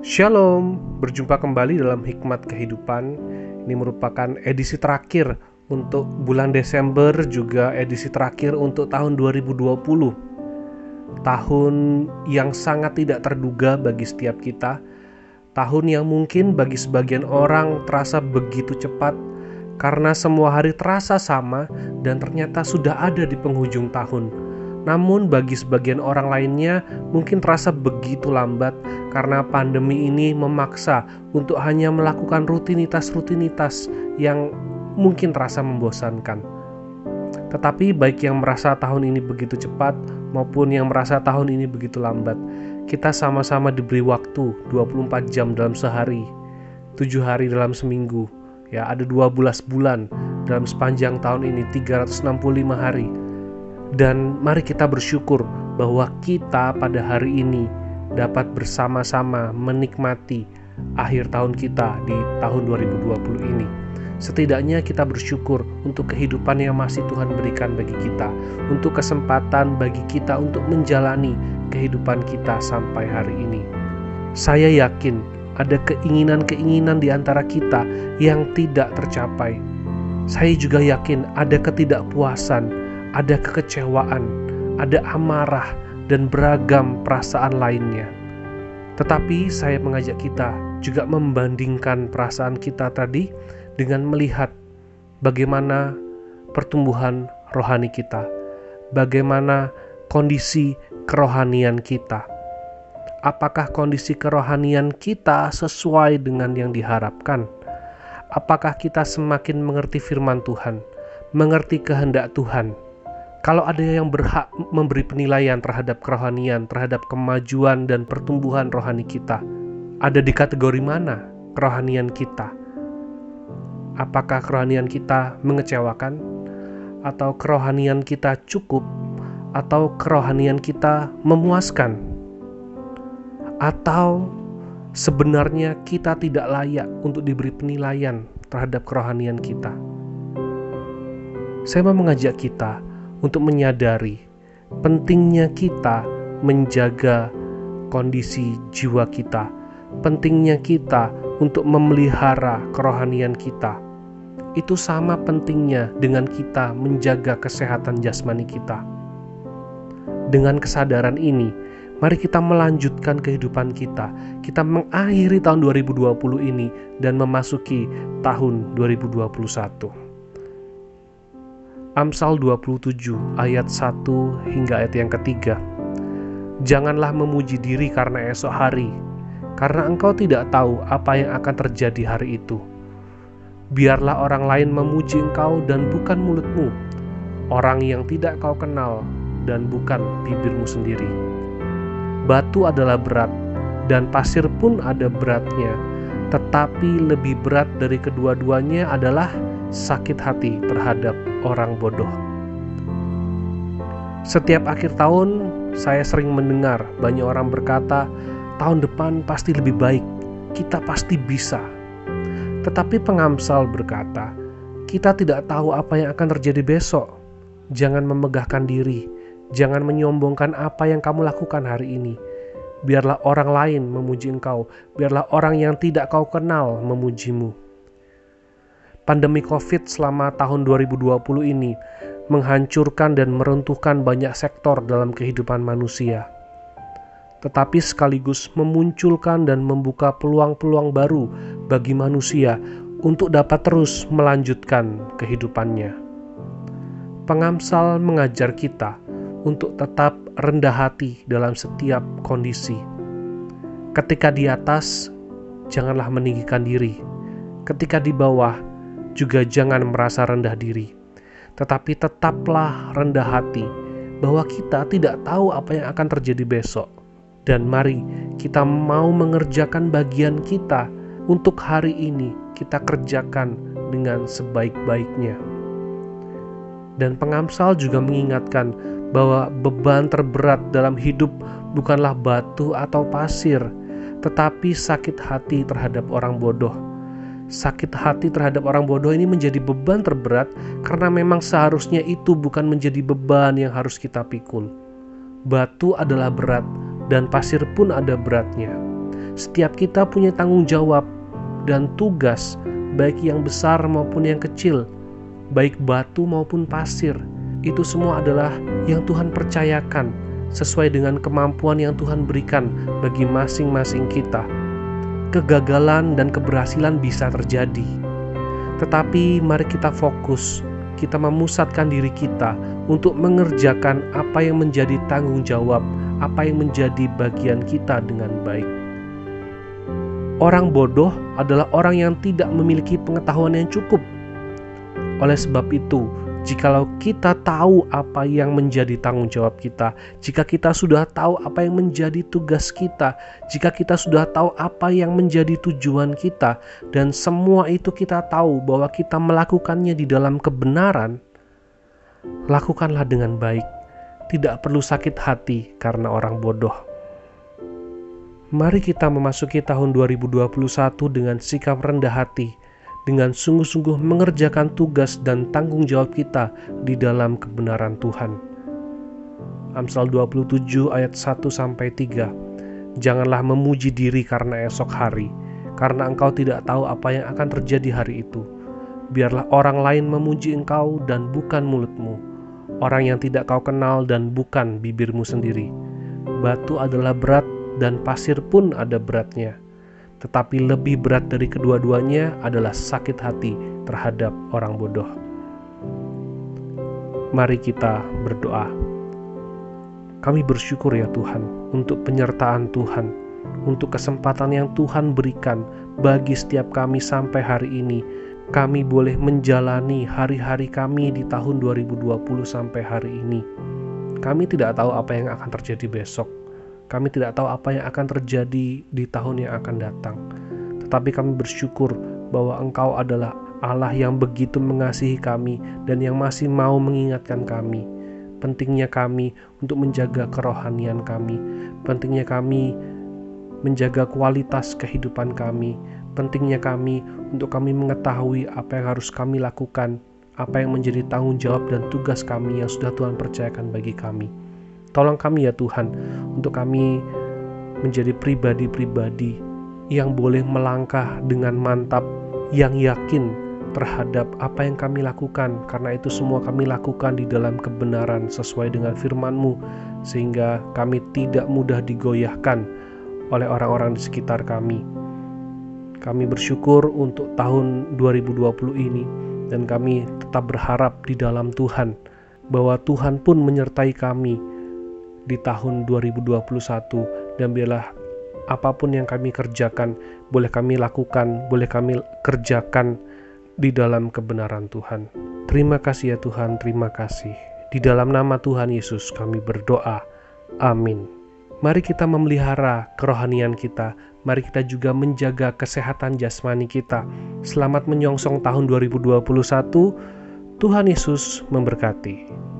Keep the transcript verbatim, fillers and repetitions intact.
Shalom, berjumpa kembali dalam Hikmat Kehidupan. Ini merupakan edisi terakhir untuk bulan Desember, juga edisi terakhir untuk tahun dua ribu dua puluh. Tahun yang sangat tidak terduga bagi setiap kita. Tahun yang mungkin bagi sebagian orang terasa begitu cepat, karena semua hari terasa sama dan ternyata sudah ada di penghujung tahun. Namun bagi sebagian orang lainnya mungkin terasa begitu lambat karena pandemi ini memaksa untuk hanya melakukan rutinitas-rutinitas yang mungkin terasa membosankan. Tetapi baik yang merasa tahun ini begitu cepat maupun yang merasa tahun ini begitu lambat, kita sama-sama diberi waktu dua puluh empat jam dalam sehari, tujuh hari dalam seminggu. Ya, ada dua belas bulan dalam sepanjang tahun ini, tiga ratus enam puluh lima hari. Dan mari kita bersyukur bahwa kita pada hari ini dapat bersama-sama menikmati akhir tahun kita di tahun dua ribu dua puluh ini. Setidaknya kita bersyukur untuk kehidupan yang masih Tuhan berikan bagi kita, untuk kesempatan bagi kita untuk menjalani kehidupan kita sampai hari ini. Saya yakin ada keinginan-keinginan di antara kita yang tidak tercapai. Saya juga yakin ada ketidakpuasan, ada kekecewaan, ada amarah, dan beragam perasaan lainnya. Tetapi saya mengajak kita juga membandingkan perasaan kita tadi dengan melihat bagaimana pertumbuhan rohani kita, bagaimana kondisi kerohanian kita. Apakah kondisi kerohanian kita sesuai dengan yang diharapkan? Apakah kita semakin mengerti firman Tuhan, mengerti kehendak Tuhan? Kalau ada yang berhak memberi penilaian terhadap kerohanian, terhadap kemajuan dan pertumbuhan rohani kita, ada di kategori mana kerohanian kita? Apakah kerohanian kita mengecewakan? Atau kerohanian kita cukup? Atau kerohanian kita memuaskan? Atau sebenarnya kita tidak layak untuk diberi penilaian terhadap kerohanian kita? Saya mau mengajak kita untuk menyadari pentingnya kita menjaga kondisi jiwa kita, pentingnya kita untuk memelihara kerohanian kita. Itu sama pentingnya dengan kita menjaga kesehatan jasmani kita. Dengan kesadaran ini, mari kita melanjutkan kehidupan kita. Kita mengakhiri tahun dua ribu dua puluh ini dan memasuki tahun dua ribu dua puluh satu. Amsal dua puluh tujuh ayat satu hingga ayat yang ketiga. Janganlah memuji diri karena esok hari, karena engkau tidak tahu apa yang akan terjadi hari itu. Biarlah orang lain memuji engkau dan bukan mulutmu, orang yang tidak kau kenal dan bukan bibirmu sendiri. Batu adalah berat dan pasir pun ada beratnya, tetapi lebih berat dari kedua-duanya adalah sakit hati terhadap orang bodoh. Setiap akhir tahun saya sering mendengar banyak orang berkata, tahun depan pasti lebih baik, kita pasti bisa. Tetapi pengamsal berkata, kita tidak tahu apa yang akan terjadi besok. Jangan memegahkan diri, jangan menyombongkan apa yang kamu lakukan hari ini. Biarlah orang lain memuji engkau, biarlah orang yang tidak kau kenal memujimu. Pandemi COVID selama tahun dua ribu dua puluh ini menghancurkan dan meruntuhkan banyak sektor dalam kehidupan manusia, tetapi sekaligus memunculkan dan membuka peluang-peluang baru bagi manusia untuk dapat terus melanjutkan kehidupannya. Pengamsal mengajar kita untuk tetap rendah hati dalam setiap kondisi. Ketika di atas, janganlah meninggikan diri. Ketika di bawah, juga jangan merasa rendah diri, tetapi tetaplah rendah hati bahwa kita tidak tahu apa yang akan terjadi besok. Dan mari kita mau mengerjakan bagian kita untuk hari ini, kita kerjakan dengan sebaik-baiknya. Dan pengamsal juga mengingatkan bahwa beban terberat dalam hidup bukanlah batu atau pasir, tetapi sakit hati terhadap orang bodoh. Sakit hati terhadap orang bodoh ini menjadi beban terberat karena memang seharusnya itu bukan menjadi beban yang harus kita pikul. Batu adalah berat dan pasir pun ada beratnya. Setiap kita punya tanggung jawab dan tugas, baik yang besar maupun yang kecil, baik batu maupun pasir. Itu semua adalah yang Tuhan percayakan sesuai dengan kemampuan yang Tuhan berikan bagi masing-masing kita. Kegagalan dan keberhasilan bisa terjadi, tetapi mari kita fokus, kita memusatkan diri kita untuk mengerjakan apa yang menjadi tanggung jawab, apa yang menjadi bagian kita dengan baik. Orang bodoh adalah orang yang tidak memiliki pengetahuan yang cukup. Oleh sebab itu, jikalau kita tahu apa yang menjadi tanggung jawab kita, jika kita sudah tahu apa yang menjadi tugas kita, jika kita sudah tahu apa yang menjadi tujuan kita, dan semua itu kita tahu bahwa kita melakukannya di dalam kebenaran, lakukanlah dengan baik. Tidak perlu sakit hati karena orang bodoh. Mari kita memasuki tahun dua ribu dua puluh satu dengan sikap rendah hati, dengan sungguh-sungguh mengerjakan tugas dan tanggung jawab kita di dalam kebenaran Tuhan. Amsal dua puluh tujuh ayat satu sampai tiga. Janganlah memuji diri karena esok hari, karena engkau tidak tahu apa yang akan terjadi hari itu. Biarlah orang lain memuji engkau dan bukan mulutmu, orang yang tidak kau kenal dan bukan bibirmu sendiri. Batu adalah berat dan pasir pun ada beratnya. Tetapi lebih berat dari kedua-duanya adalah sakit hati terhadap orang bodoh. Mari kita berdoa. Kami bersyukur ya Tuhan untuk penyertaan Tuhan, untuk kesempatan yang Tuhan berikan bagi setiap kami sampai hari ini. Kami boleh menjalani hari-hari kami di tahun dua ribu dua puluh sampai hari ini. Kami tidak tahu apa yang akan terjadi besok. Kami tidak tahu apa yang akan terjadi di tahun yang akan datang. Tetapi kami bersyukur bahwa Engkau adalah Allah yang begitu mengasihi kami dan yang masih mau mengingatkan kami. Pentingnya kami untuk menjaga kerohanian kami. Pentingnya kami menjaga kualitas kehidupan kami. Pentingnya kami untuk kami mengetahui apa yang harus kami lakukan, apa yang menjadi tanggung jawab dan tugas kami yang sudah Tuhan percayakan bagi kami. Tolong kami ya Tuhan, untuk kami menjadi pribadi-pribadi yang boleh melangkah dengan mantap, yang yakin terhadap apa yang kami lakukan, karena itu semua kami lakukan di dalam kebenaran sesuai dengan firman-Mu, sehingga kami tidak mudah digoyahkan oleh orang-orang di sekitar kami. Kami bersyukur untuk tahun dua ribu dua puluh ini, dan kami tetap berharap di dalam Tuhan, bahwa Tuhan pun menyertai kami di tahun dua ribu dua puluh satu, dan biarlah apapun yang kami kerjakan boleh kami lakukan, boleh kami kerjakan di dalam kebenaran Tuhan. Terima kasih ya Tuhan, terima kasih. Di dalam nama Tuhan Yesus kami berdoa. Amin. Mari kita memelihara kerohanian kita. Mari kita juga menjaga kesehatan jasmani kita. Selamat menyongsong tahun dua ribu dua puluh satu. Tuhan Yesus memberkati.